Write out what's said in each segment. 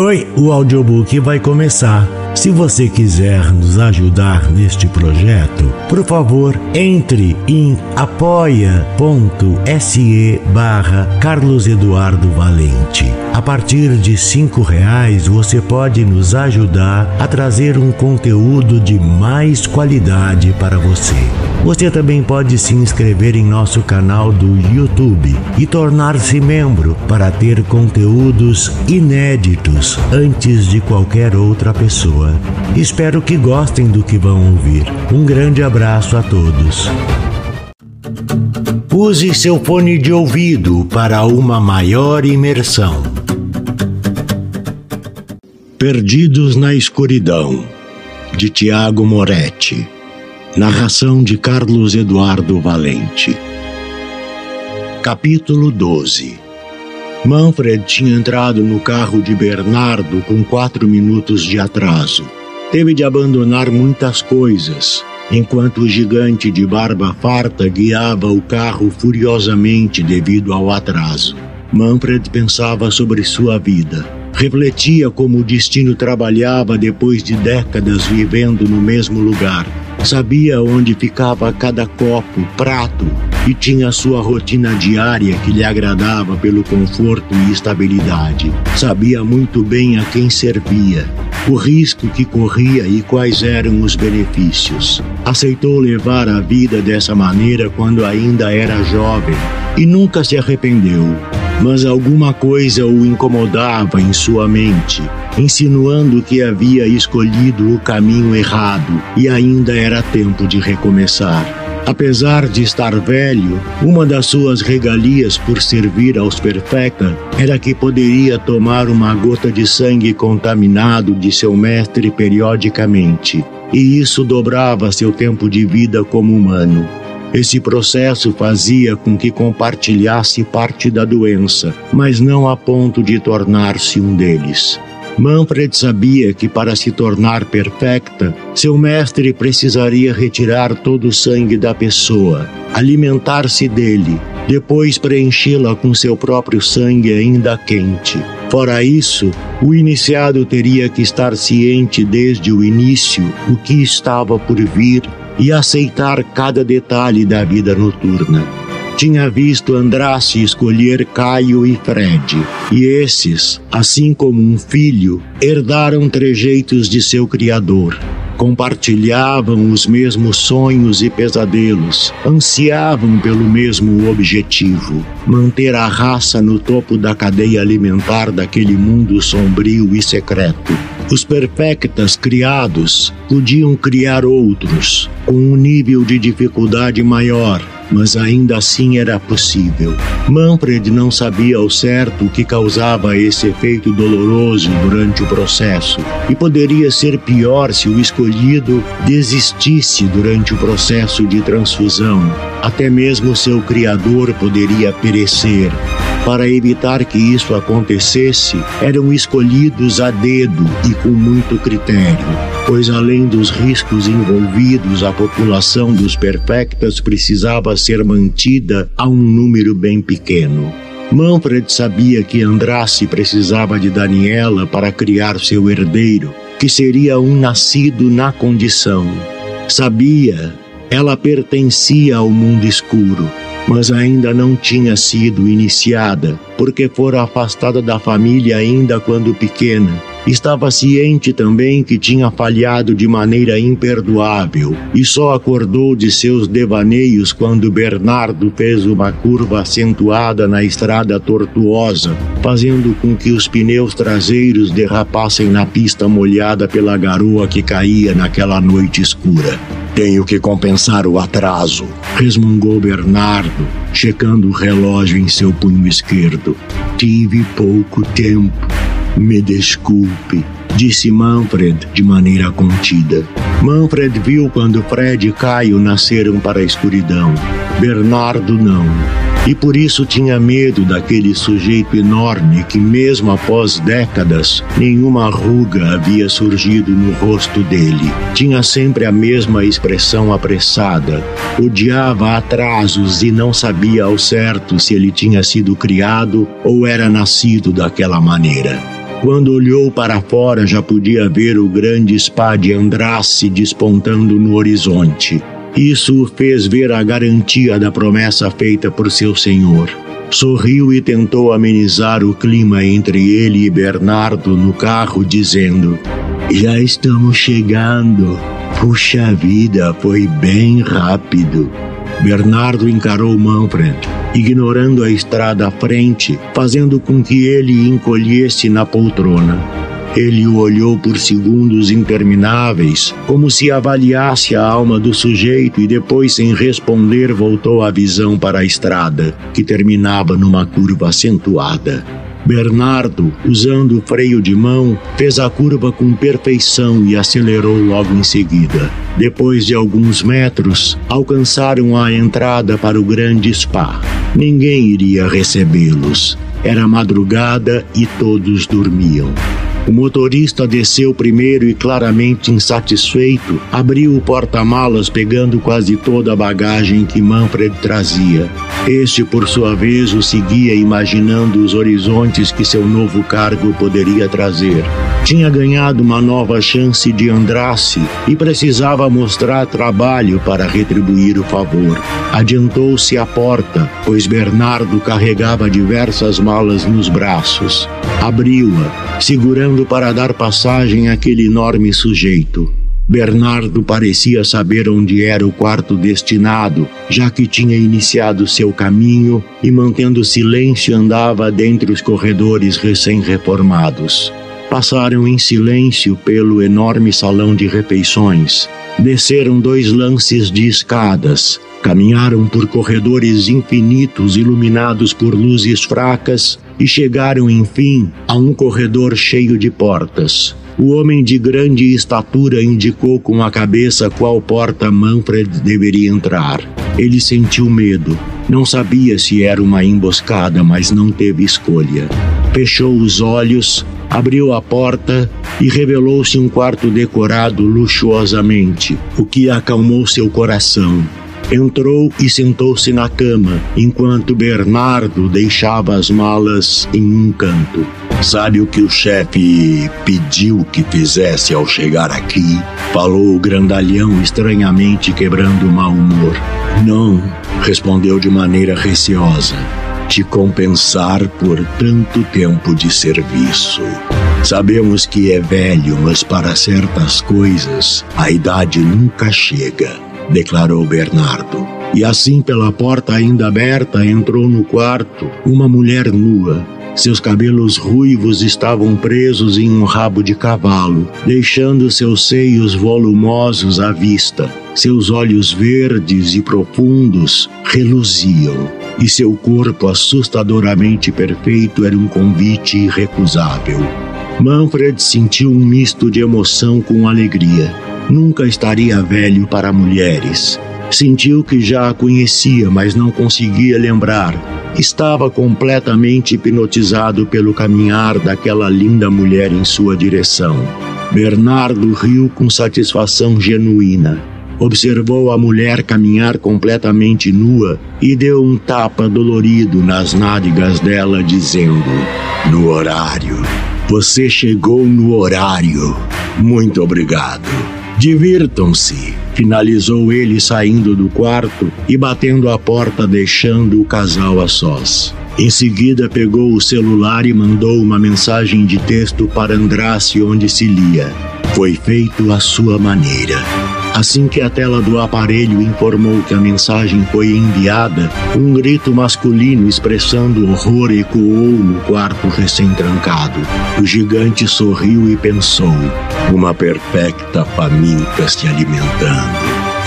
Oi, o audiobook vai começar. Se você quiser nos ajudar neste projeto, por favor, entre em apoia.se/Carlos Eduardo Valente. A partir de R$5 você pode nos ajudar a trazer um conteúdo de mais qualidade para você. Você também pode se inscrever em nosso canal do YouTube e tornar-se membro para ter conteúdos inéditos antes de qualquer outra pessoa. Espero que gostem do que vão ouvir. Um grande abraço a todos. Use seu fone de ouvido para uma maior imersão. Perdidos na Escuridão, de Tiago Moretti. Narração de Carlos Eduardo Valente. Capítulo 12. Manfred tinha entrado no carro de Bernardo com 4 minutos de atraso. Teve de abandonar muitas coisas, enquanto o gigante de barba farta guiava o carro furiosamente devido ao atraso. Manfred pensava sobre sua vida. Refletia como o destino trabalhava depois de décadas vivendo no mesmo lugar. Sabia onde ficava cada copo, prato, e tinha sua rotina diária que lhe agradava pelo conforto e estabilidade. Sabia muito bem a quem servia, o risco que corria e quais eram os benefícios. Aceitou levar a vida dessa maneira quando ainda era jovem e nunca se arrependeu. Mas alguma coisa o incomodava em sua mente, insinuando que havia escolhido o caminho errado e ainda era tempo de recomeçar. Apesar de estar velho, uma das suas regalias por servir aos Perfecta era que poderia tomar uma gota de sangue contaminado de seu mestre periodicamente, e isso dobrava seu tempo de vida como humano. Esse processo fazia com que compartilhasse parte da doença, mas não a ponto de tornar-se um deles. Manfred sabia que para se tornar Perfecta, seu mestre precisaria retirar todo o sangue da pessoa, alimentar-se dele, depois preenchê-la com seu próprio sangue ainda quente. Fora isso, o iniciado teria que estar ciente desde o início o que estava por vir e aceitar cada detalhe da vida noturna. Tinha visto Andraste escolher Caio e Fred, e esses, assim como um filho, herdaram trejeitos de seu criador. Compartilhavam os mesmos sonhos e pesadelos, ansiavam pelo mesmo objetivo: manter a raça no topo da cadeia alimentar daquele mundo sombrio e secreto. Os Perfectas criados podiam criar outros, com um nível de dificuldade maior, mas ainda assim era possível. Manfred não sabia ao certo o que causava esse efeito doloroso durante o processo, e poderia ser pior se o escolhido desistisse durante o processo de transfusão. Até mesmo seu criador poderia perecer. Para evitar que isso acontecesse, eram escolhidos a dedo e com muito critério, pois além dos riscos envolvidos, a população dos Perfectas precisava ser mantida a um número bem pequeno. Manfred sabia que Andraste precisava de Daniela para criar seu herdeiro, que seria um nascido na condição. Sabia, ela pertencia ao mundo escuro, mas ainda não tinha sido iniciada, porque fora afastada da família ainda quando pequena. Estava ciente também que tinha falhado de maneira imperdoável e só acordou de seus devaneios quando Bernardo fez uma curva acentuada na estrada tortuosa, fazendo com que os pneus traseiros derrapassem na pista molhada pela garoa que caía naquela noite escura. "Tenho que compensar o atraso", resmungou Bernardo, checando o relógio em seu punho esquerdo. "Tive pouco tempo. Me desculpe", disse Manfred de maneira contida. Manfred viu quando Fred e Caio nasceram para a escuridão. Bernardo não. E por isso tinha medo daquele sujeito enorme que, mesmo após décadas, nenhuma ruga havia surgido no rosto dele. Tinha sempre a mesma expressão apressada. Odiava atrasos e não sabia ao certo se ele tinha sido criado ou era nascido daquela maneira. Quando olhou para fora, já podia ver o grande spa de Andrassi despontando no horizonte. Isso o fez ver a garantia da promessa feita por seu senhor. Sorriu e tentou amenizar o clima entre ele e Bernardo no carro, dizendo: "Já estamos chegando. Puxa vida, foi bem rápido." Bernardo encarou Manfred, ignorando a estrada à frente, fazendo com que ele encolhesse na poltrona. Ele o olhou por segundos intermináveis, como se avaliasse a alma do sujeito, e depois, sem responder, voltou a visão para a estrada, que terminava numa curva acentuada. Bernardo, usando o freio de mão, fez a curva com perfeição e acelerou logo em seguida. Depois de alguns metros, alcançaram a entrada para o grande spa. Ninguém iria recebê-los. Era madrugada e todos dormiam. O motorista desceu primeiro e, claramente insatisfeito, abriu o porta-malas, pegando quase toda a bagagem que Manfred trazia. Este, por sua vez, o seguia, imaginando os horizontes que seu novo cargo poderia trazer. Tinha ganhado uma nova chance de Andrassi e precisava mostrar trabalho para retribuir o favor. Adiantou-se à porta, pois Bernardo carregava diversas malas nos braços. Abriu-a, segurando para dar passagem àquele enorme sujeito. Bernardo parecia saber onde era o quarto destinado, já que tinha iniciado seu caminho e, mantendo silêncio, andava dentre os corredores recém-reformados. Passaram em silêncio pelo enorme salão de refeições. Desceram 2 lances de escadas. Caminharam por corredores infinitos iluminados por luzes fracas e chegaram, enfim, a um corredor cheio de portas. O homem de grande estatura indicou com a cabeça qual porta Manfred deveria entrar. Ele sentiu medo. Não sabia se era uma emboscada, mas não teve escolha. Fechou os olhos, abriu a porta e revelou-se um quarto decorado luxuosamente, o que acalmou seu coração. Entrou e sentou-se na cama, enquanto Bernardo deixava as malas em um canto. "Sabe o que o chefe pediu que fizesse ao chegar aqui?" falou o grandalhão, estranhamente quebrando o mau humor. "Não", respondeu de maneira receosa. "Te compensar por tanto tempo de serviço. Sabemos que é velho, mas para certas coisas a idade nunca chega", declarou Bernardo. E assim, pela porta ainda aberta, entrou no quarto uma mulher nua. Seus cabelos ruivos estavam presos em um rabo de cavalo, deixando seus seios volumosos à vista. Seus olhos verdes e profundos reluziam, e seu corpo assustadoramente perfeito era um convite irrecusável. Manfred sentiu um misto de emoção com alegria. Nunca estaria velho para mulheres. Sentiu que já a conhecia, mas não conseguia lembrar. Estava completamente hipnotizado pelo caminhar daquela linda mulher em sua direção. Bernardo riu com satisfação genuína. Observou a mulher caminhar completamente nua e deu um tapa dolorido nas nádegas dela, dizendo: "No horário. Você chegou no horário. Muito obrigado. Divirtam-se", finalizou ele, saindo do quarto e batendo a porta, deixando o casal a sós. Em seguida, pegou o celular e mandou uma mensagem de texto para Andrassi, onde se lia: "Foi feito à sua maneira." Assim que a tela do aparelho informou que a mensagem foi enviada, um grito masculino expressando horror ecoou no quarto recém-trancado. O gigante sorriu e pensou: "Uma perfecta faminta se alimentando.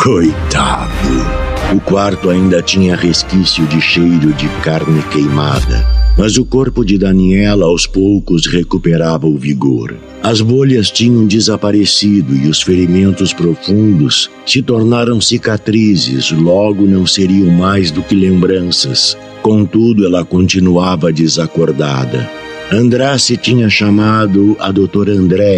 Coitado." O quarto ainda tinha resquício de cheiro de carne queimada, mas o corpo de Daniela aos poucos recuperava o vigor. As bolhas tinham desaparecido e os ferimentos profundos se tornaram cicatrizes, logo não seriam mais do que lembranças. Contudo, ela continuava desacordada. Andrassi tinha chamado a doutora Andréia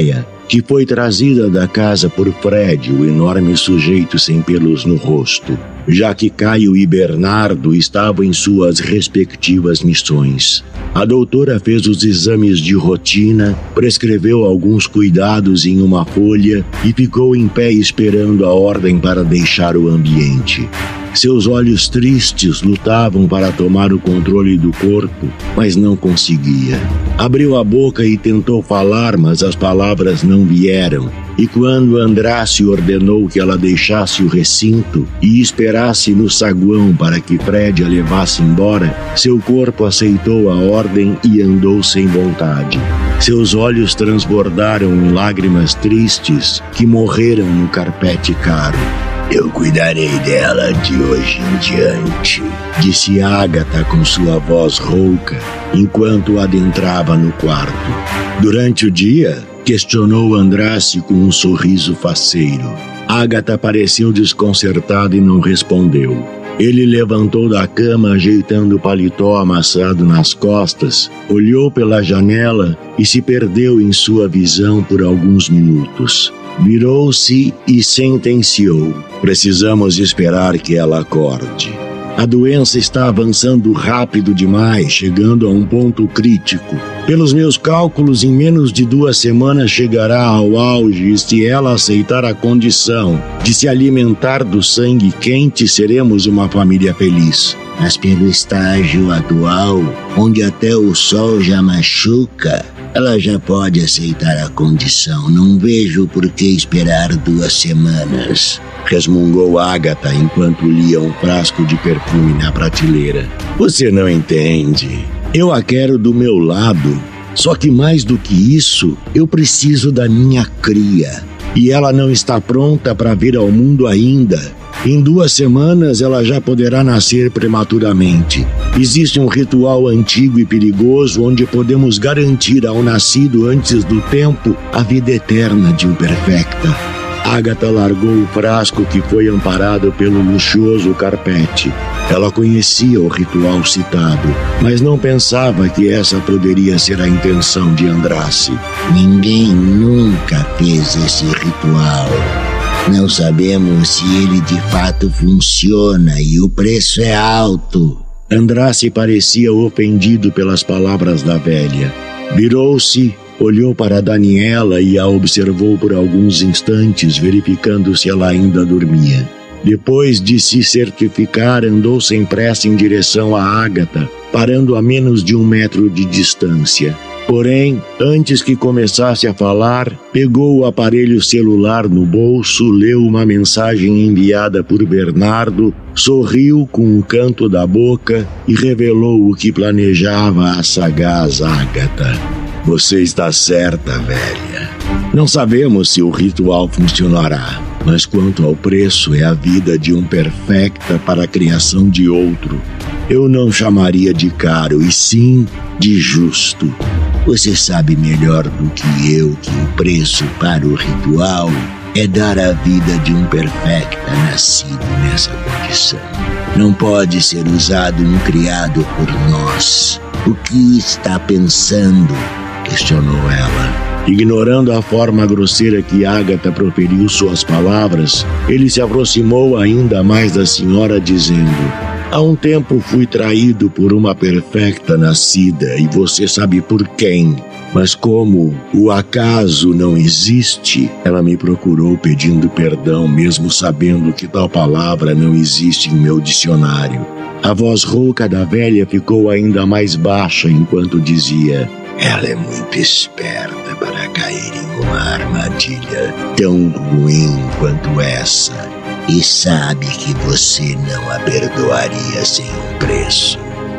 que foi trazida da casa por Fred, o enorme sujeito sem pelos no rosto, já que Caio e Bernardo estavam em suas respectivas missões. A doutora fez os exames de rotina, prescreveu alguns cuidados em uma folha e ficou em pé esperando a ordem para deixar o ambiente. Seus olhos tristes lutavam para tomar o controle do corpo, mas não conseguia. Abriu a boca e tentou falar, mas as palavras não vieram. E quando Andrácio ordenou que ela deixasse o recinto e esperasse no saguão para que Fred a levasse embora, seu corpo aceitou a ordem e andou sem vontade. Seus olhos transbordaram em lágrimas tristes que morreram no carpete caro. Eu cuidarei dela de hoje em diante, disse Ágata com sua voz rouca, enquanto adentrava no quarto. Durante o dia, questionou Andrácio com um sorriso faceiro. Ágata pareceu desconcertada e não respondeu. Ele levantou da cama ajeitando o paletó amassado nas costas, olhou pela janela e se perdeu em sua visão por alguns minutos. Virou-se e sentenciou: precisamos esperar que ela acorde. A doença está avançando rápido demais, chegando a um ponto crítico. Pelos meus cálculos, em menos de 2 semanas chegará ao auge e se ela aceitar a condição de se alimentar do sangue quente, seremos uma família feliz. Mas pelo estágio atual, onde até o sol já machuca, ela já pode aceitar a condição. Não vejo por que esperar 2 semanas. Resmungou Ágata enquanto lia um frasco de perfume na prateleira. Você não entende. Eu a quero do meu lado. Só que mais do que isso, eu preciso da minha cria. E ela não está pronta para vir ao mundo ainda. Em 2 semanas ela já poderá nascer prematuramente. Existe um ritual antigo e perigoso onde podemos garantir ao nascido antes do tempo a vida eterna de um perfecta. Ágata largou o frasco que foi amparado pelo luxuoso carpete. Ela conhecia o ritual citado, mas não pensava que essa poderia ser a intenção de Andrácio. Ninguém nunca fez esse ritual. Não sabemos se ele de fato funciona e o preço é alto. Andrácio parecia ofendido pelas palavras da velha. Virou-se, olhou para Daniela e a observou por alguns instantes, verificando se ela ainda dormia. Depois de se certificar, andou sem pressa em direção a Ágata, parando a menos de 1 metro de distância. Porém, antes que começasse a falar, pegou o aparelho celular no bolso, leu uma mensagem enviada por Bernardo, sorriu com o canto da boca e revelou o que planejava a sagaz Ágata. Você está certa, velha. Não sabemos se o ritual funcionará, mas quanto ao preço, é a vida de um perfecta para a criação de outro. Eu não chamaria de caro, e sim de justo. Você sabe melhor do que eu que o preço para o ritual é dar a vida de um perfecta nascido nessa condição. Não pode ser usado um criado por nós. O que está pensando? Questionou ela. Ignorando a forma grosseira que Ágata proferiu suas palavras, ele se aproximou ainda mais da senhora, dizendo: há um tempo fui traído por uma perfecta nascida, e você sabe por quem. Mas como o acaso não existe, ela me procurou pedindo perdão, mesmo sabendo que tal palavra não existe em meu dicionário. A voz rouca da velha ficou ainda mais baixa enquanto dizia: ela é muito esperta para cair em uma armadilha tão ruim quanto essa, e sabe que você não a perdoaria sem um preço.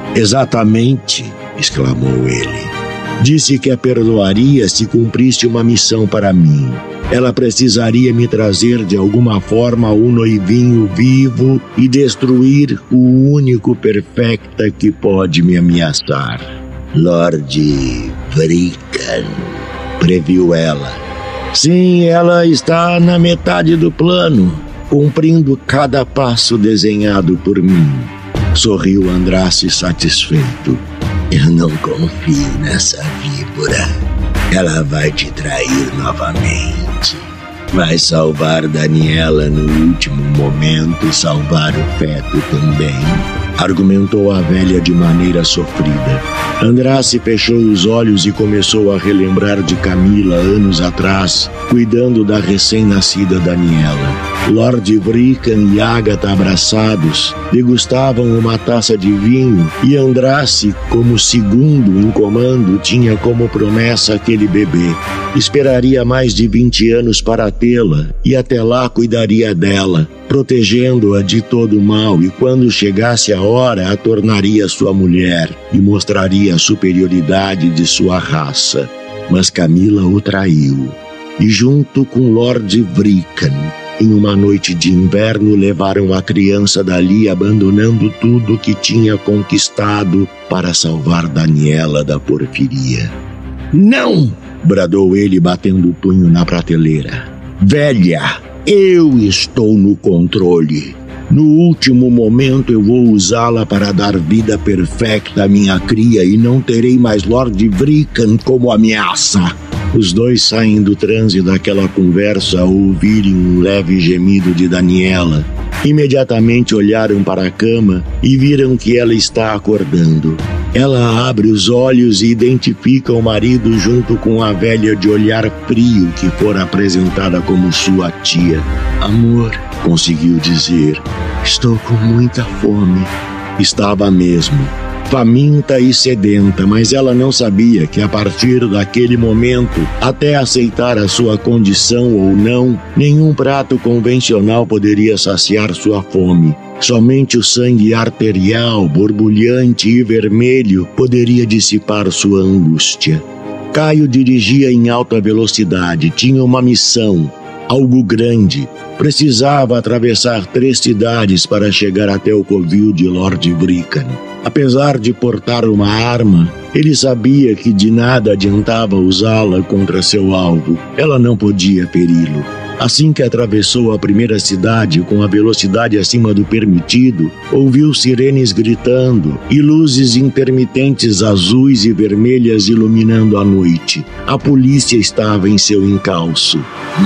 Exatamente, exclamou ele. Disse que a perdoaria se cumprisse uma missão para mim. Ela precisaria me trazer de alguma forma o noivinho vivo e destruir o único perfecta que pode me ameaçar. Lord Vrikan, previu ela. Sim, ela está na metade do plano, cumprindo cada passo desenhado por mim. Sorriu Andrácio satisfeito. Eu não confio nessa víbora. Ela vai te trair novamente. Vai salvar Daniela no último momento e salvar o feto também, argumentou a velha de maneira sofrida. Andrassi fechou os olhos e começou a relembrar de Camila anos atrás, cuidando da recém-nascida Daniela. Lord Vrickan e Agatha abraçados, degustavam uma taça de vinho e Andrassi, como segundo em comando, tinha como promessa aquele bebê. Esperaria mais de 20 anos para tê-la e até lá cuidaria dela, protegendo-a de todo mal, e quando chegasse a hora a tornaria sua mulher e mostraria a superioridade de sua raça. Mas Camila o traiu, e junto com Lord Vrickan, em uma noite de inverno, levaram a criança dali, abandonando tudo que tinha conquistado para salvar Daniela da porfiria. Não! Bradou ele, batendo o punho na prateleira. Velha, eu estou no controle. No último momento eu vou usá-la para dar vida perfeita à minha cria e não terei mais Lord Vrickan como ameaça. Os dois saem do transe daquela conversa ao ouvirem um leve gemido de Daniela. Imediatamente olharam para a cama e viram que ela está acordando. Ela abre os olhos e identifica o marido junto com a velha de olhar frio que fora apresentada como sua tia. Amor, conseguiu dizer, estou com muita fome. Estava mesmo. Faminta e sedenta, mas ela não sabia que a partir daquele momento, até aceitar a sua condição ou não, nenhum prato convencional poderia saciar sua fome. Somente o sangue arterial, borbulhante e vermelho poderia dissipar sua angústia. Caio dirigia em alta velocidade, tinha uma missão, algo grande. Precisava atravessar 3 cidades para chegar até o covil de Lord Vrickan. Apesar de portar uma arma, ele sabia que de nada adiantava usá-la contra seu alvo. Ela não podia feri-lo. Assim que atravessou a primeira cidade com a velocidade acima do permitido, ouviu sirenes gritando e luzes intermitentes azuis e vermelhas iluminando a noite. A polícia estava em seu encalço.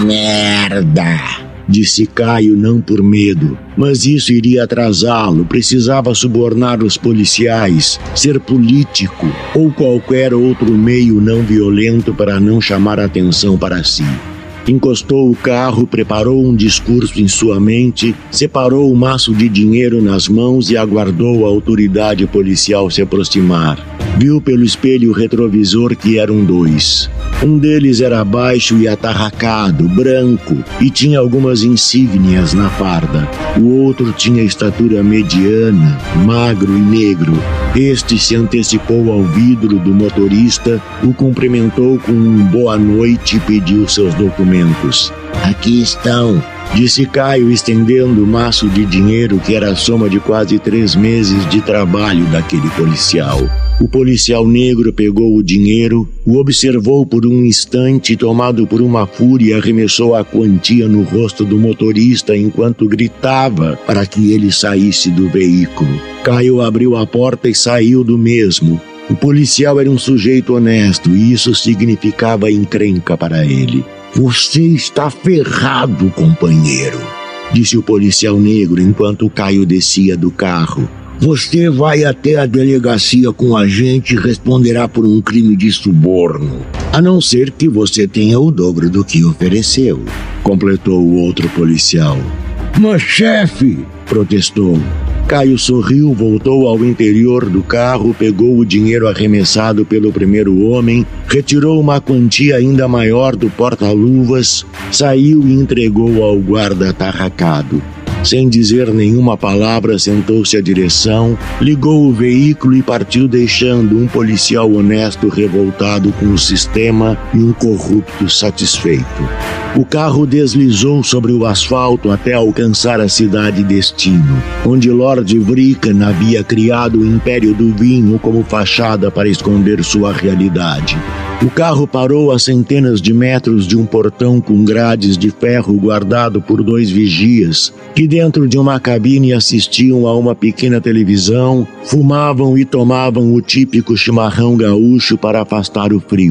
Merda! Disse Caio, não por medo, mas isso iria atrasá-lo. Precisava subornar os policiais, ser político ou qualquer outro meio não violento para não chamar atenção para si. Encostou o carro, preparou um discurso em sua mente, separou o maço de dinheiro nas mãos e aguardou a autoridade policial se aproximar. Viu pelo espelho retrovisor que eram 2. Um deles era baixo e atarracado, branco, e tinha algumas insígnias na farda. O outro tinha estatura mediana, magro e negro. Este se antecipou ao vidro do motorista, o cumprimentou com um boa noite e pediu seus documentos. Aqui estão, disse Caio, estendendo o maço de dinheiro que era a soma de quase 3 meses de trabalho daquele policial. O policial negro pegou o dinheiro, o observou por um instante e, tomado por uma fúria, arremessou a quantia no rosto do motorista enquanto gritava para que ele saísse do veículo. Caio abriu a porta e saiu do mesmo. O policial era um sujeito honesto e isso significava encrenca para ele. Você está ferrado, companheiro, disse o policial negro enquanto Caio descia do carro. Você vai até a delegacia com a gente e responderá por um crime de suborno. A não ser que você tenha o dobro do que ofereceu, completou o outro policial. Mas, chefe, protestou. Caio sorriu, voltou ao interior do carro, pegou o dinheiro arremessado pelo primeiro homem, retirou uma quantia ainda maior do porta-luvas, saiu e entregou ao guarda atarracado. Sem dizer nenhuma palavra, sentou-se à direção, ligou o veículo e partiu, deixando um policial honesto revoltado com o sistema e um corrupto satisfeito. O carro deslizou sobre o asfalto até alcançar a cidade destino, onde Lord Vrickan havia criado o Império do Vinho como fachada para esconder sua realidade. O carro parou a centenas de metros de um portão com grades de ferro guardado por 2 vigias, que dentro de uma cabine assistiam a uma pequena televisão, fumavam e tomavam o típico chimarrão gaúcho para afastar o frio.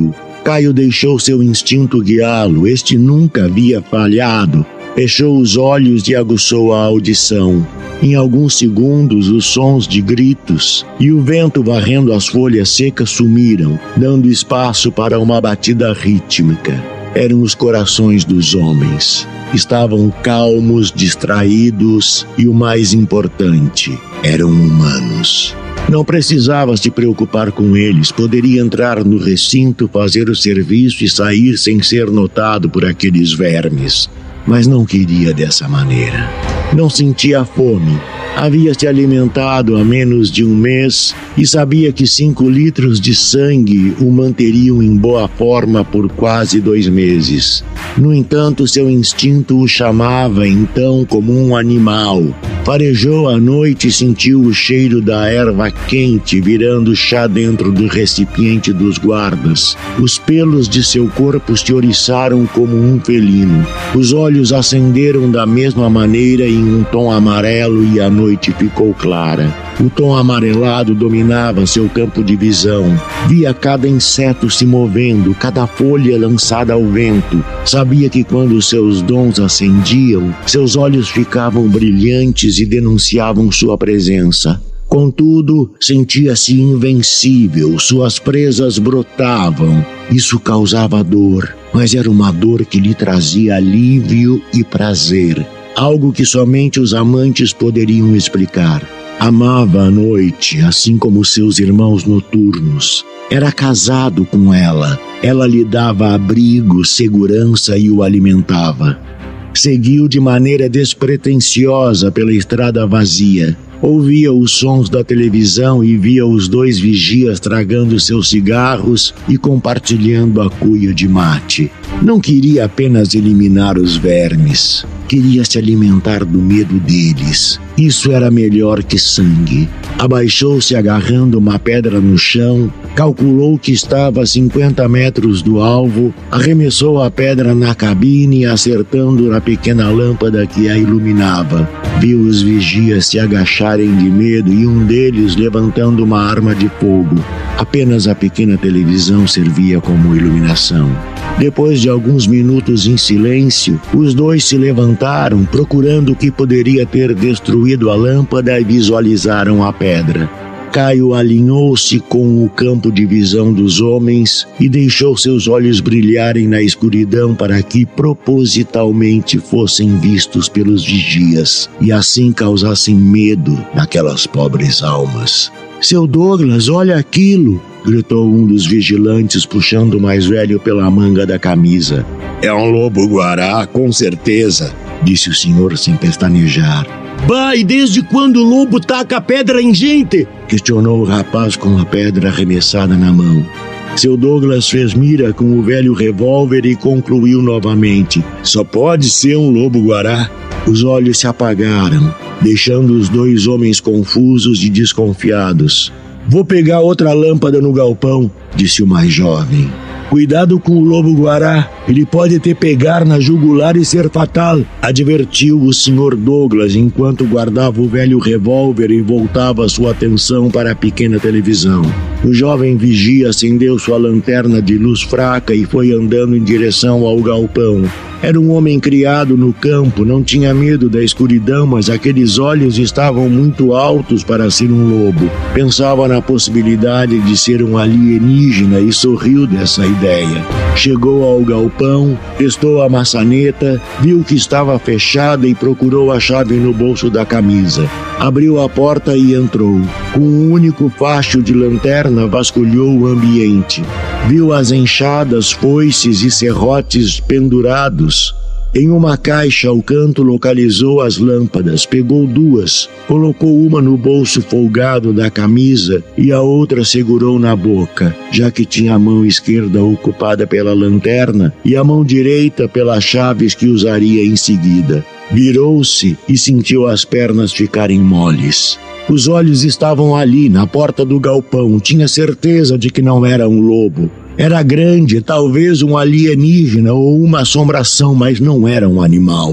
Caio deixou seu instinto guiá-lo. Este nunca havia falhado. Fechou os olhos e aguçou a audição. Em alguns segundos, os sons de gritos e o vento varrendo as folhas secas sumiram, dando espaço para uma batida rítmica. Eram os corações dos homens. Estavam calmos, distraídos e, o mais importante, eram humanos. Não precisava se preocupar com eles. Poderia entrar no recinto, fazer o serviço e sair sem ser notado por aqueles vermes. Mas não queria dessa maneira. Não sentia fome. Havia se alimentado há menos de um mês e sabia que 5 litros de sangue o manteriam em boa forma por quase 2 meses. No entanto, seu instinto o chamava então como um animal. Farejou à noite e sentiu o cheiro da erva quente virando chá dentro do recipiente dos guardas. Os pelos de seu corpo se oriçaram como um felino. Os olhos acenderam da mesma maneira em um tom amarelo e a noite ficou clara. O tom amarelado dominava seu campo de visão. Via cada inseto se movendo, cada folha lançada ao vento. Sabia que quando seus dons acendiam, seus olhos ficavam brilhantes e denunciavam sua presença. Contudo, sentia-se invencível, suas presas brotavam. Isso causava dor, mas era uma dor que lhe trazia alívio e prazer. Algo que somente os amantes poderiam explicar. Amava a noite, assim como seus irmãos noturnos. Era casado com ela. Ela lhe dava abrigo, segurança e o alimentava. Seguiu de maneira despretensiosa pela estrada vazia. Ouvia os sons da televisão e via os 2 vigias tragando seus cigarros e compartilhando a cuia de mate. Não queria apenas eliminar os vermes. Queria se alimentar do medo deles. Isso era melhor que sangue. Abaixou-se agarrando uma pedra no chão, calculou que estava a 50 metros do alvo, arremessou a pedra na cabine, acertando na pequena lâmpada que a iluminava. Viu os vigias se agacharem de medo e um deles levantando uma arma de fogo. Apenas a pequena televisão servia como iluminação. Depois de alguns minutos em silêncio, os 2 se levantaram, procurando o que poderia ter destruído a lâmpada e visualizaram a pedra. Caio alinhou-se com o campo de visão dos homens e deixou seus olhos brilharem na escuridão para que propositalmente fossem vistos pelos vigias e assim causassem medo naquelas pobres almas. "Seu Douglas, olha aquilo!" gritou um dos vigilantes, puxando o mais velho pela manga da camisa. "É um lobo-guará, com certeza", disse o senhor sem pestanejar. "Bah, e desde quando o lobo taca a pedra em gente?" questionou o rapaz com a pedra arremessada na mão. Seu Douglas fez mira com o velho revólver e concluiu novamente: "Só pode ser um lobo-guará." Os olhos se apagaram, deixando os 2 homens confusos e desconfiados. "Vou pegar outra lâmpada no galpão", disse o mais jovem. "Cuidado com o lobo-guará, ele pode te pegar na jugular e ser fatal", advertiu o Sr. Douglas enquanto guardava o velho revólver e voltava sua atenção para a pequena televisão. O jovem vigia acendeu sua lanterna de luz fraca e foi andando em direção ao galpão. Era um homem criado no campo, não tinha medo da escuridão, mas aqueles olhos estavam muito altos para ser um lobo. Pensava na possibilidade de ser um alienígena e sorriu dessa ideia. Chegou ao galpão, testou a maçaneta, viu que estava fechada e procurou a chave no bolso da camisa. Abriu a porta e entrou. Com um único facho de lanterna, vasculhou o ambiente. Viu as enxadas, foices e serrotes pendurados. Em uma caixa ao canto localizou as lâmpadas, pegou 2, colocou uma no bolso folgado da camisa e a outra segurou na boca, já que tinha a mão esquerda ocupada pela lanterna e a mão direita pelas chaves que usaria em seguida. Virou-se e sentiu as pernas ficarem moles. Os olhos estavam ali, na porta do galpão. Tinha certeza de que não era um lobo. Era grande, talvez um alienígena ou uma assombração, mas não era um animal.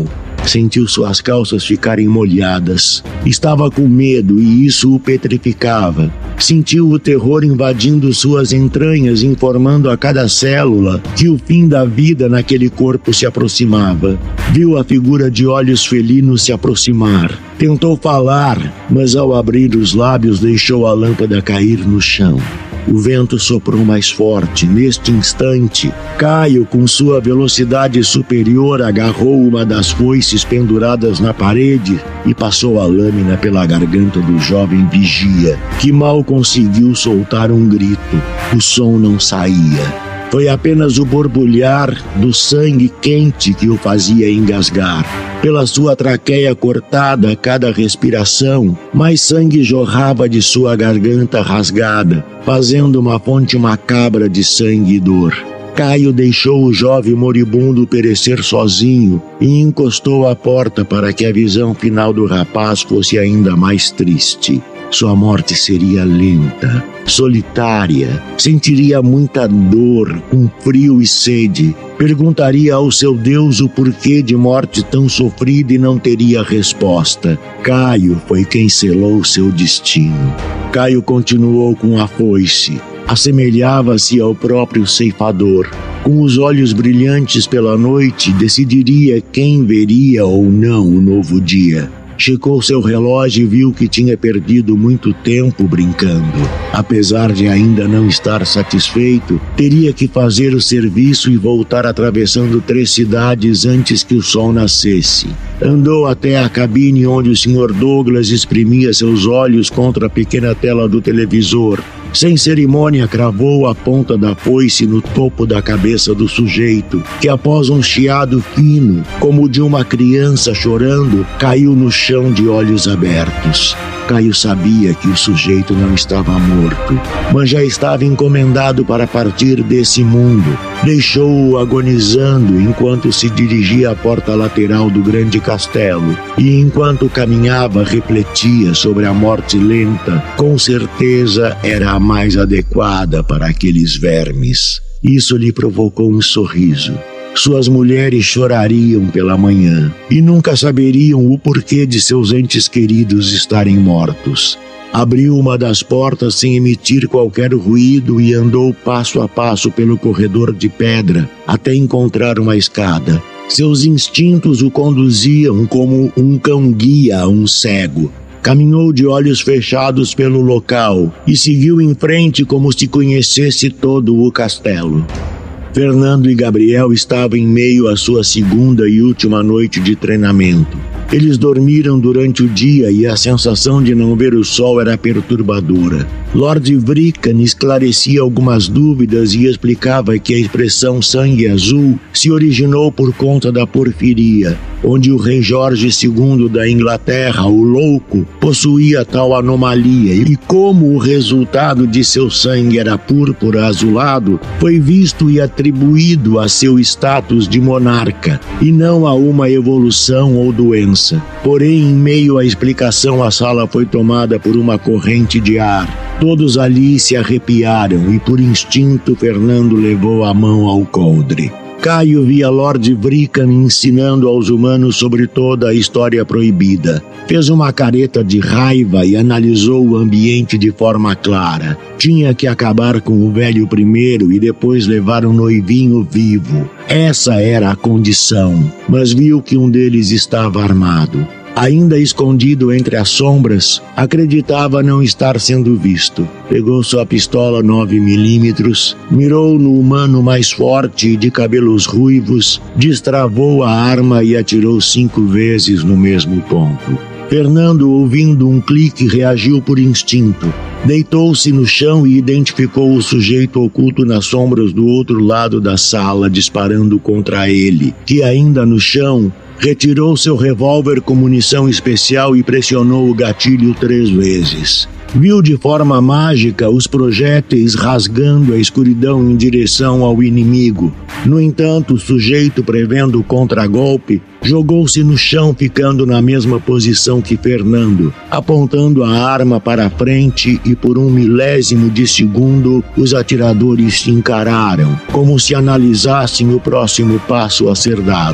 Sentiu suas calças ficarem molhadas. Estava com medo e isso o petrificava. Sentiu o terror invadindo suas entranhas, informando a cada célula que o fim da vida naquele corpo se aproximava. Viu a figura de olhos felinos se aproximar. Tentou falar, mas ao abrir os lábios deixou a lâmpada cair no chão. O vento soprou mais forte. Neste instante, Caio, com sua velocidade superior, agarrou uma das foices penduradas na parede e passou a lâmina pela garganta do jovem vigia, que mal conseguiu soltar um grito. O som não saía. Foi apenas o borbulhar do sangue quente que o fazia engasgar. Pela sua traqueia cortada a cada respiração, mais sangue jorrava de sua garganta rasgada, fazendo uma fonte macabra de sangue e dor. Caio deixou o jovem moribundo perecer sozinho e encostou a porta para que a visão final do rapaz fosse ainda mais triste. Sua morte seria lenta, solitária, sentiria muita dor, com frio e sede. Perguntaria ao seu Deus o porquê de morte tão sofrida e não teria resposta. Caio foi quem selou seu destino. Caio continuou com a foice. Assemelhava-se ao próprio ceifador. Com os olhos brilhantes pela noite, decidiria quem veria ou não o novo dia. Checou seu relógio e viu que tinha perdido muito tempo brincando. Apesar de ainda não estar satisfeito, teria que fazer o serviço e voltar atravessando 3 cidades antes que o sol nascesse. Andou até a cabine onde o Sr. Douglas espremia seus olhos contra a pequena tela do televisor. Sem cerimônia, cravou a ponta da foice no topo da cabeça do sujeito, que após um chiado fino, como o de uma criança chorando, caiu no chão de olhos abertos. Caio sabia que o sujeito não estava morto, mas já estava encomendado para partir desse mundo. Deixou-o agonizando enquanto se dirigia à porta lateral do grande castelo, e enquanto caminhava refletia sobre a morte lenta. Com certeza era a mais adequada para aqueles vermes. Isso lhe provocou um sorriso. Suas mulheres chorariam pela manhã e nunca saberiam o porquê de seus entes queridos estarem mortos. Abriu uma das portas sem emitir qualquer ruído e andou passo a passo pelo corredor de pedra até encontrar uma escada. Seus instintos o conduziam como um cão-guia a um cego. Caminhou de olhos fechados pelo local e seguiu em frente como se conhecesse todo o castelo. Fernando e Gabriel estavam em meio à sua segunda e última noite de treinamento. Eles dormiram durante o dia e a sensação de não ver o sol era perturbadora. Lord Vrickan esclarecia algumas dúvidas e explicava que a expressão sangue azul se originou por conta da porfiria, onde o rei Jorge II da Inglaterra, o Louco, possuía tal anomalia, e como o resultado de seu sangue era púrpura azulado, foi visto e atribuído a seu status de monarca, e não a uma evolução ou doença. Porém, em meio à explicação, a sala foi tomada por uma corrente de ar. Todos ali se arrepiaram e, por instinto, Fernando levou a mão ao coldre. Caio via Lord Vrickan ensinando aos humanos sobre toda a história proibida. Fez uma careta de raiva e analisou o ambiente de forma clara. Tinha que acabar com o velho primeiro e depois levar um noivinho vivo. Essa era a condição, mas viu que um deles estava armado. Ainda escondido entre as sombras, acreditava não estar sendo visto. Pegou sua pistola 9mm, mirou no humano mais forte e de cabelos ruivos, destravou a arma e atirou 5 vezes no mesmo ponto. Fernando, ouvindo um clique, reagiu por instinto. Deitou-se no chão e identificou o sujeito oculto nas sombras do outro lado da sala, disparando contra ele, que ainda no chão, retirou seu revólver com munição especial e pressionou o gatilho 3 vezes. Viu de forma mágica os projéteis rasgando a escuridão em direção ao inimigo. No entanto, o sujeito, prevendo o contragolpe, jogou-se no chão, ficando na mesma posição que Fernando, apontando a arma para a frente, e por 1 milésimo de segundo os atiradores se encararam, como se analisassem o próximo passo a ser dado.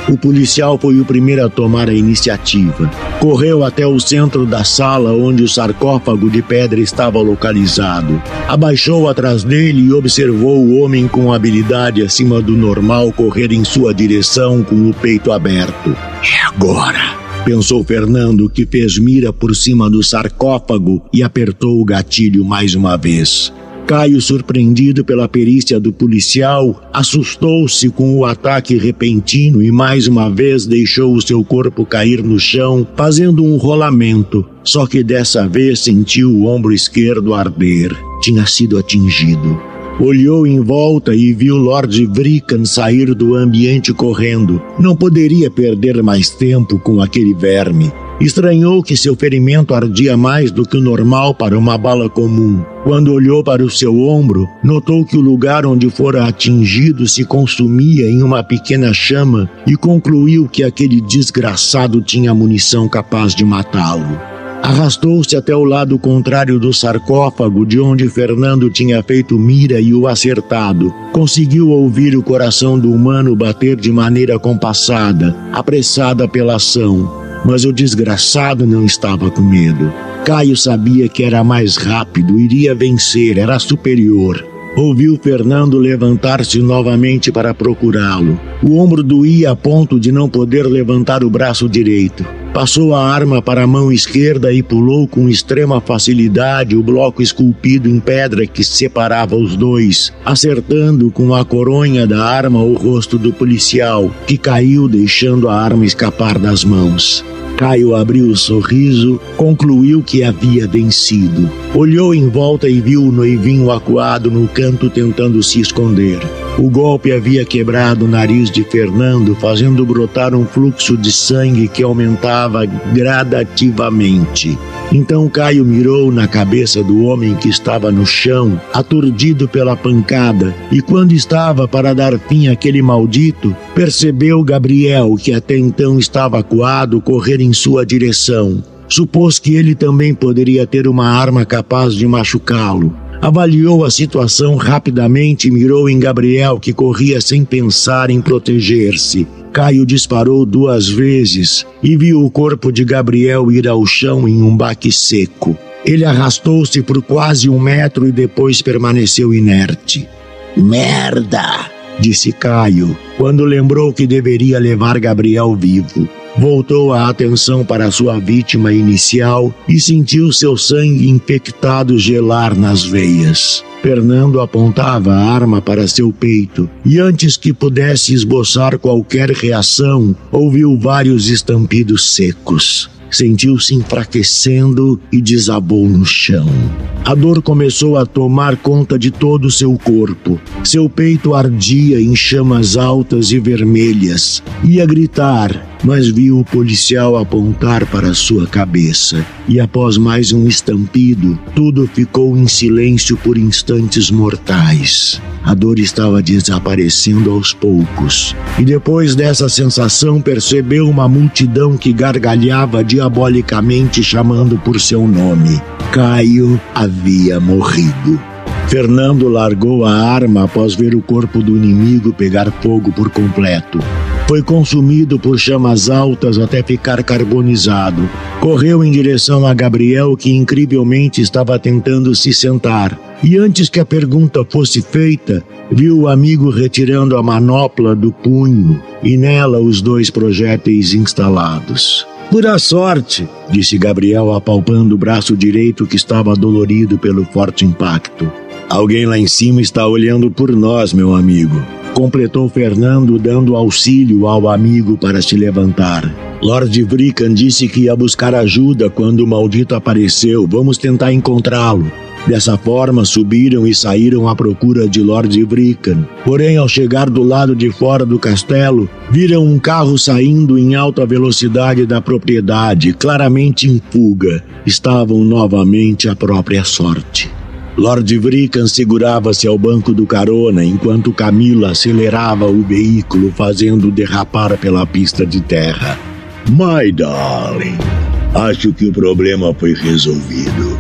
O policial foi o primeiro a tomar a iniciativa. Correu até o centro da sala onde o sarcófago de pedra estava localizado. Abaixou atrás dele e observou o homem com habilidade acima do normal correr em sua direção com o peito aberto. É agora, pensou Fernando, que fez mira por cima do sarcófago e apertou o gatilho mais uma vez. Caio, surpreendido pela perícia do policial, assustou-se com o ataque repentino e mais uma vez deixou o seu corpo cair no chão, fazendo um rolamento. Só que dessa vez sentiu o ombro esquerdo arder. Tinha sido atingido. Olhou em volta e viu Lord Vrikan sair do ambiente correndo. Não poderia perder mais tempo com aquele verme. Estranhou que seu ferimento ardia mais do que o normal para uma bala comum. Quando olhou para o seu ombro, notou que o lugar onde fora atingido se consumia em uma pequena chama e concluiu que aquele desgraçado tinha munição capaz de matá-lo. Arrastou-se até o lado contrário do sarcófago, de onde Fernando tinha feito mira e o acertado. Conseguiu ouvir o coração do humano bater de maneira compassada, apressada pela ação. Mas o desgraçado não estava com medo. Caio sabia que era mais rápido, iria vencer, era superior. Ouviu Fernando levantar-se novamente para procurá-lo. O ombro doía a ponto de não poder levantar o braço direito. Passou a arma para a mão esquerda e pulou com extrema facilidade o bloco esculpido em pedra que separava os dois, acertando com a coronha da arma o rosto do policial, que caiu deixando a arma escapar das mãos. Caio abriu o sorriso, concluiu que havia vencido. Olhou em volta e viu o noivinho acuado no canto tentando se esconder. O golpe havia quebrado o nariz de Fernando, fazendo brotar um fluxo de sangue que aumentava gradativamente. Então Caio mirou na cabeça do homem que estava no chão, aturdido pela pancada, e quando estava para dar fim àquele maldito, percebeu Gabriel, que até então estava acuado, correr em sua direção. Supôs que ele também poderia ter uma arma capaz de machucá-lo. Avaliou a situação rapidamente e mirou em Gabriel, que corria sem pensar em proteger-se. Caio disparou 2 vezes e viu o corpo de Gabriel ir ao chão em um baque seco. Ele arrastou-se por quase 1 metro e depois permaneceu inerte. «Merda!» disse Caio, quando lembrou que deveria levar Gabriel vivo. Voltou a atenção para sua vítima inicial e sentiu seu sangue infectado gelar nas veias. Fernando apontava a arma para seu peito e antes que pudesse esboçar qualquer reação, ouviu vários estampidos secos. Sentiu-se enfraquecendo e desabou no chão. A dor começou a tomar conta de todo o seu corpo. Seu peito ardia em chamas altas e vermelhas. Ia gritar, mas viu o policial apontar para sua cabeça. E após mais um estampido, tudo ficou em silêncio por instantes mortais. A dor estava desaparecendo aos poucos. E depois dessa sensação, percebeu uma multidão que gargalhava diabolicamente chamando por seu nome. Caio havia morrido. Fernando largou a arma após ver o corpo do inimigo pegar fogo por completo. Foi consumido por chamas altas até ficar carbonizado. Correu em direção a Gabriel, que incrivelmente estava tentando se sentar. E antes que a pergunta fosse feita, viu o amigo retirando a manopla do punho e nela os 2 projéteis instalados. «Pura sorte», disse Gabriel, apalpando o braço direito que estava dolorido pelo forte impacto. «Alguém lá em cima está olhando por nós, meu amigo», completou Fernando, dando auxílio ao amigo para se levantar. Lord Vrikan disse que ia buscar ajuda quando o maldito apareceu. Vamos tentar encontrá-lo. Dessa forma, subiram e saíram à procura de Lord Vrikan. Porém, ao chegar do lado de fora do castelo, viram um carro saindo em alta velocidade da propriedade, claramente em fuga. Estavam novamente à própria sorte. Lord Vrikan segurava-se ao banco do carona enquanto Camila acelerava o veículo, fazendo derrapar pela pista de terra. My darling, acho que o problema foi resolvido.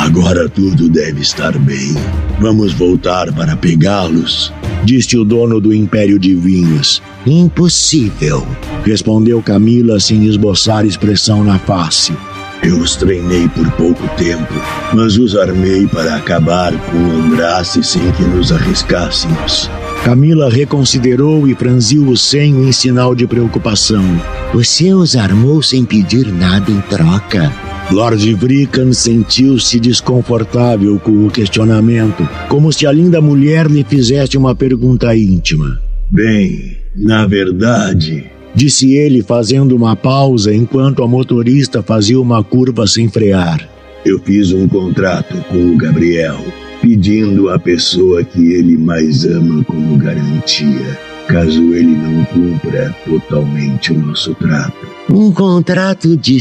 Agora tudo deve estar bem. Vamos voltar para pegá-los, disse o dono do Império de Vinhos. Impossível, respondeu Camila sem esboçar expressão na face. Eu os treinei por pouco tempo, mas os armei para acabar com Andraste sem que nos arriscássemos. Camila reconsiderou e franziu o senho em sinal de preocupação. Você os armou sem pedir nada em troca? Lord Vrikan sentiu-se desconfortável com o questionamento, como se a linda mulher lhe fizesse uma pergunta íntima. Bem, na verdade, disse ele fazendo uma pausa enquanto a motorista fazia uma curva sem frear. Eu fiz um contrato com o Gabriel, pedindo a pessoa que ele mais ama como garantia, caso ele não cumpra totalmente o nosso trato. Um contrato de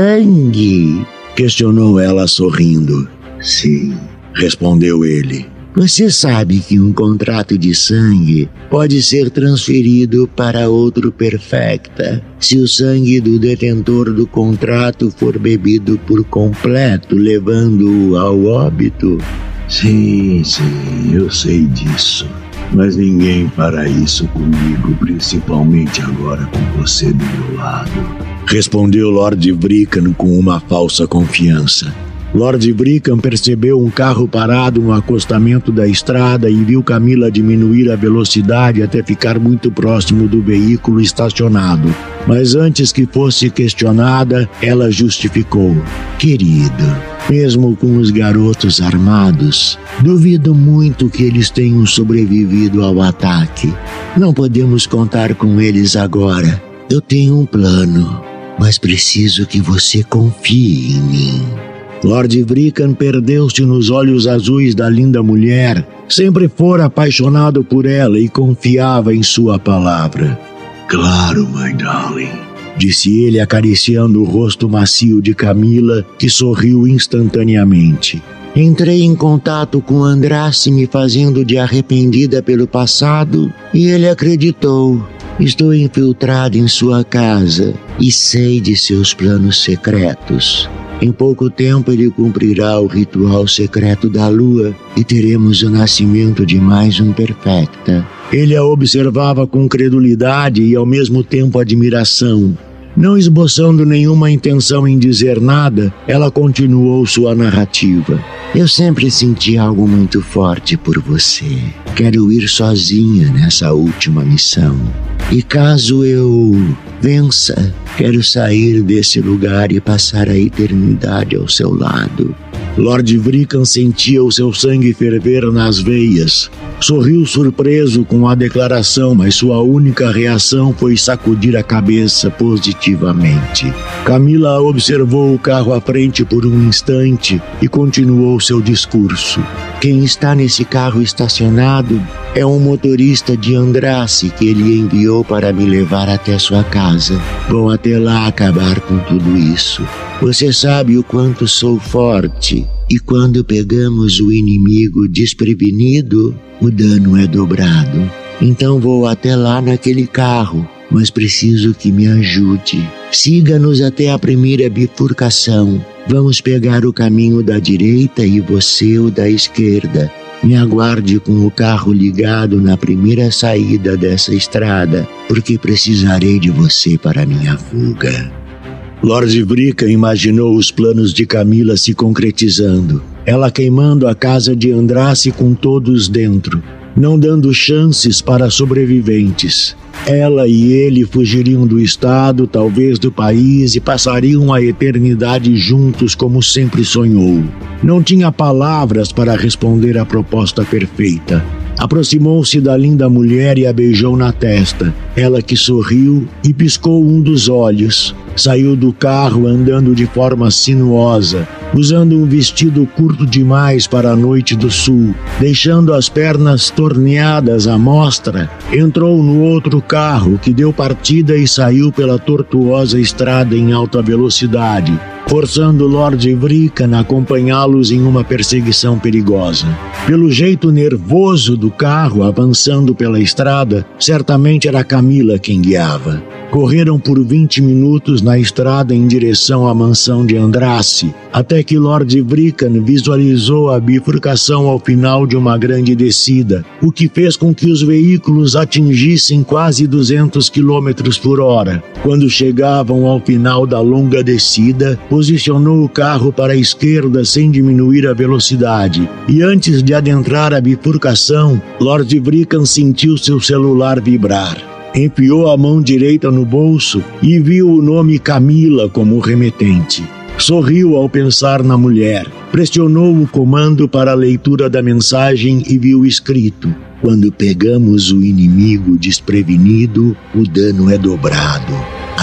sangue? Questionou ela sorrindo. Sim, respondeu ele. Você sabe que um contrato de sangue pode ser transferido para outro perfecta se o sangue do detentor do contrato for bebido por completo, levando-o ao óbito? Sim, eu sei disso. Mas ninguém fará isso comigo, principalmente agora com você do meu lado. Respondeu Lord Vrikan com uma falsa confiança. Lord Vrikan percebeu um carro parado no acostamento da estrada e viu Camila diminuir a velocidade até ficar muito próximo do veículo estacionado. Mas antes que fosse questionada, ela justificou. Querido, mesmo com os garotos armados, duvido muito que eles tenham sobrevivido ao ataque. Não podemos contar com eles agora. Eu tenho um plano, mas preciso que você confie em mim. Lord Vrikan perdeu-se nos olhos azuis da linda mulher. Sempre fora apaixonado por ela e confiava em sua palavra. Claro, my darling, disse ele acariciando o rosto macio de Camila, que sorriu instantaneamente. Entrei em contato com Andraste me fazendo de arrependida pelo passado e ele acreditou. Estou infiltrado em sua casa e sei de seus planos secretos. Em pouco tempo ele cumprirá o ritual secreto da lua e teremos o nascimento de mais um perfecta. Ele a observava com credulidade e ao mesmo tempo admiração. Não esboçando nenhuma intenção em dizer nada, ela continuou sua narrativa. Eu sempre senti algo muito forte por você. Quero ir sozinha nessa última missão. E caso eu vença, quero sair desse lugar e passar a eternidade ao seu lado. Lord Vrikan sentia o seu sangue ferver nas veias. Sorriu surpreso com a declaração, mas sua única reação foi sacudir a cabeça positivamente. Camila observou o carro à frente por um instante e continuou seu discurso. Quem está nesse carro estacionado é um motorista de Andraste que ele enviou para me levar até sua casa. Vou até lá acabar com tudo isso. Você sabe o quanto sou forte e quando pegamos o inimigo desprevenido, o dano é dobrado. Então vou até lá naquele carro, mas preciso que me ajude. Siga-nos até a primeira bifurcação. Vamos pegar o caminho da direita e você o da esquerda. Me aguarde com o carro ligado na primeira saída dessa estrada, porque precisarei de você para minha fuga. Lord Vrikan imaginou os planos de Camila se concretizando. Ela queimando a casa de Andraste com todos dentro, não dando chances para sobreviventes. Ela e ele fugiriam do estado, talvez do país, e passariam a eternidade juntos como sempre sonhou. Não tinha palavras para responder à proposta perfeita. Aproximou-se da linda mulher e a beijou na testa. Ela que sorriu e piscou um dos olhos. Saiu do carro andando de forma sinuosa, usando um vestido curto demais para a noite do sul, deixando as pernas torneadas à mostra. Entrou no outro carro que deu partida e saiu pela tortuosa estrada em alta velocidade. forçando Lord Vrikan a acompanhá-los em uma perseguição perigosa. Pelo jeito nervoso do carro avançando pela estrada, certamente era Camila quem guiava. Correram por 20 minutos na estrada em direção à mansão de Andrassi, até que Lord Vrikan visualizou a bifurcação ao final de uma grande descida, o que fez com que os veículos atingissem quase 200 km por hora. Quando chegavam ao final da longa descida, posicionou o carro para a esquerda sem diminuir a velocidade, e antes de adentrar a bifurcação, Lord Vrikan sentiu seu celular vibrar. Enfiou a mão direita no bolso e viu o nome Camila como remetente. Sorriu ao pensar na mulher. Pressionou o comando para a leitura da mensagem e viu escrito: "Quando pegamos o inimigo desprevenido, o dano é dobrado.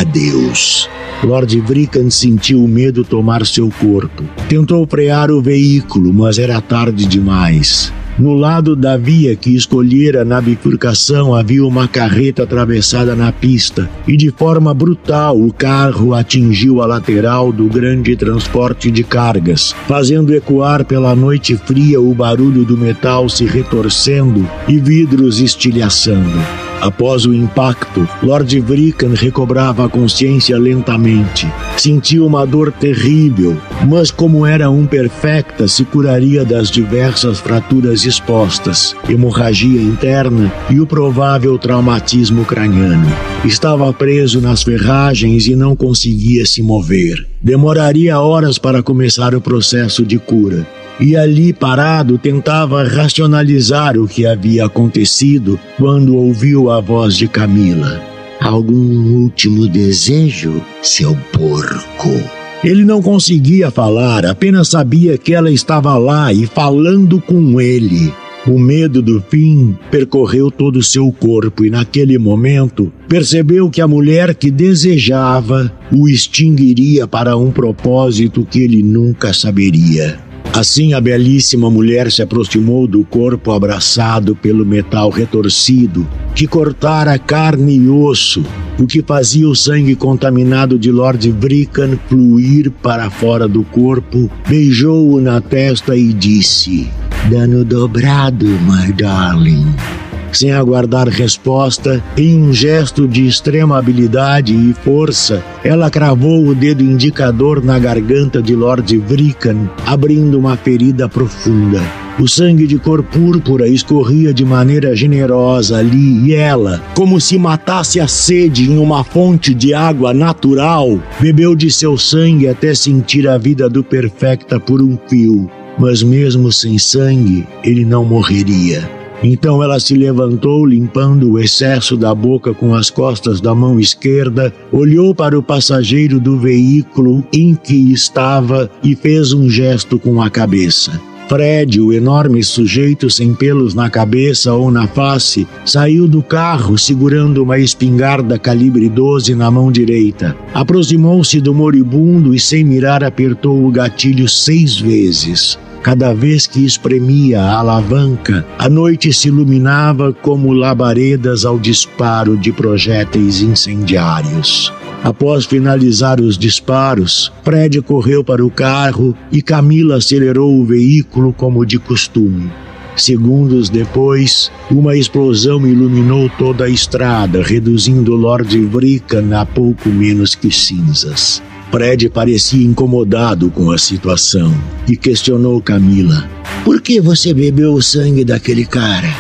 Adeus." Lord Vrikan sentiu o medo tomar seu corpo. Tentou frear o veículo, mas era tarde demais. No lado da via que escolhera na bifurcação havia uma carreta atravessada na pista e de forma brutal o carro atingiu a lateral do grande transporte de cargas, fazendo ecoar pela noite fria o barulho do metal se retorcendo e vidros estilhaçando. Após o impacto, Lord Vrikan recobrava a consciência lentamente. Sentia uma dor terrível, mas como era um perfecta, se curaria das diversas fraturas expostas, hemorragia interna e o provável traumatismo craniano. Estava preso nas ferragens e não conseguia se mover. Demoraria horas para começar o processo de cura. E ali parado tentava racionalizar o que havia acontecido quando ouviu a voz de Camila. "Algum último desejo, seu porco?" Ele não conseguia falar, apenas sabia que ela estava lá e falando com ele. O medo do fim percorreu todo o seu corpo e naquele momento percebeu que a mulher que desejava o extinguiria para um propósito que ele nunca saberia. Assim, a belíssima mulher se aproximou do corpo abraçado pelo metal retorcido, que cortara carne e osso, o que fazia o sangue contaminado de Lord Vrikan fluir para fora do corpo, beijou-o na testa e disse: "Dano dobrado, my darling." Sem aguardar resposta, em um gesto de extrema habilidade e força, ela cravou o dedo indicador na garganta de Lord Vrikan, abrindo uma ferida profunda. O sangue de cor púrpura escorria de maneira generosa ali e ela, como se matasse a sede em uma fonte de água natural, bebeu de seu sangue até sentir a vida do perfecta por um fio. Mas mesmo sem sangue, ele não morreria. Então ela se levantou, limpando o excesso da boca com as costas da mão esquerda, olhou para o passageiro do veículo em que estava e fez um gesto com a cabeça. Fred, o enorme sujeito sem pelos na cabeça ou na face, saiu do carro segurando uma espingarda calibre 12 na mão direita. Aproximou-se do moribundo e sem mirar apertou o gatilho 6 vezes. Cada vez que espremia a alavanca, a noite se iluminava como labaredas ao disparo de projéteis incendiários. Após finalizar os disparos, Fred correu para o carro e Camila acelerou o veículo como de costume. Segundos depois, uma explosão iluminou toda a estrada, reduzindo Lord Vrikan a pouco menos que cinzas. Fred parecia incomodado com a situação e questionou Camila: "Por que você bebeu o sangue daquele cara?"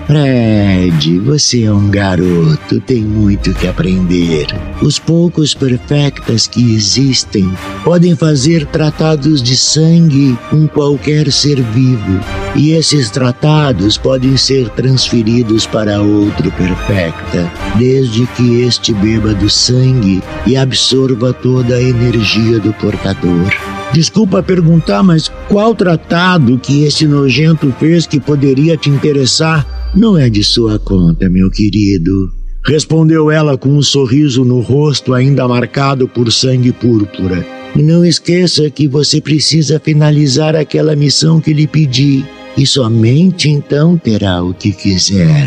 "Fred, você é um garoto, tem muito que aprender. Os poucos perfectas que existem podem fazer tratados de sangue com qualquer ser vivo, e esses tratados podem ser transferidos para outro perfecta, desde que este beba do sangue e absorva toda a energia do portador." "Desculpa perguntar, mas qual tratado que esse nojento fez que poderia te interessar?" "Não é de sua conta, meu querido," respondeu ela com um sorriso no rosto ainda marcado por sangue púrpura. "E não esqueça que você precisa finalizar aquela missão que lhe pedi, e somente então terá o que quiser."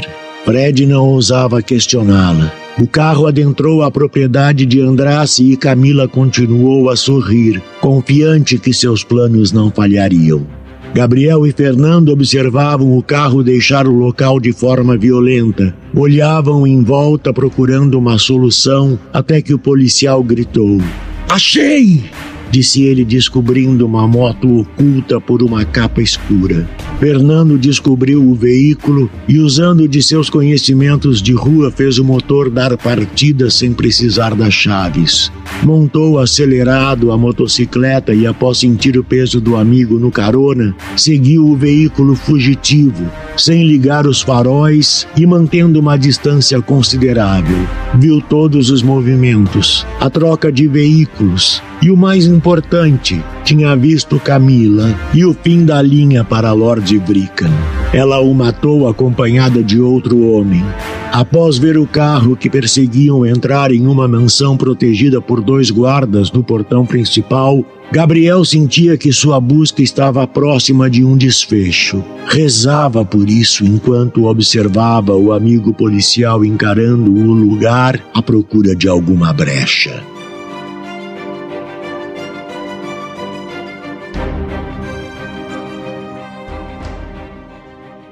Fred não ousava questioná-la. O carro adentrou a propriedade de Andrassy e Camila continuou a sorrir, confiante que seus planos não falhariam. Gabriel e Fernando observavam o carro deixar o local de forma violenta. Olhavam em volta procurando uma solução até que o policial gritou: "Achei!" disse ele, descobrindo uma moto oculta por uma capa escura. Fernando descobriu o veículo e, usando de seus conhecimentos de rua, fez o motor dar partida sem precisar das chaves. Montou acelerado a motocicleta e, após sentir o peso do amigo no carona, seguiu o veículo fugitivo, sem ligar os faróis e mantendo uma distância considerável. Viu todos os movimentos, a troca de veículos e, o mais importante, tinha visto Camila e o fim da linha para Lord Brican. Ela o matou acompanhada de outro homem. Após ver o carro que perseguiam entrar em uma mansão protegida por 2 guardas no portão principal, Gabriel sentia que sua busca estava próxima de um desfecho. Rezava por isso enquanto observava o amigo policial encarando o lugar à procura de alguma brecha.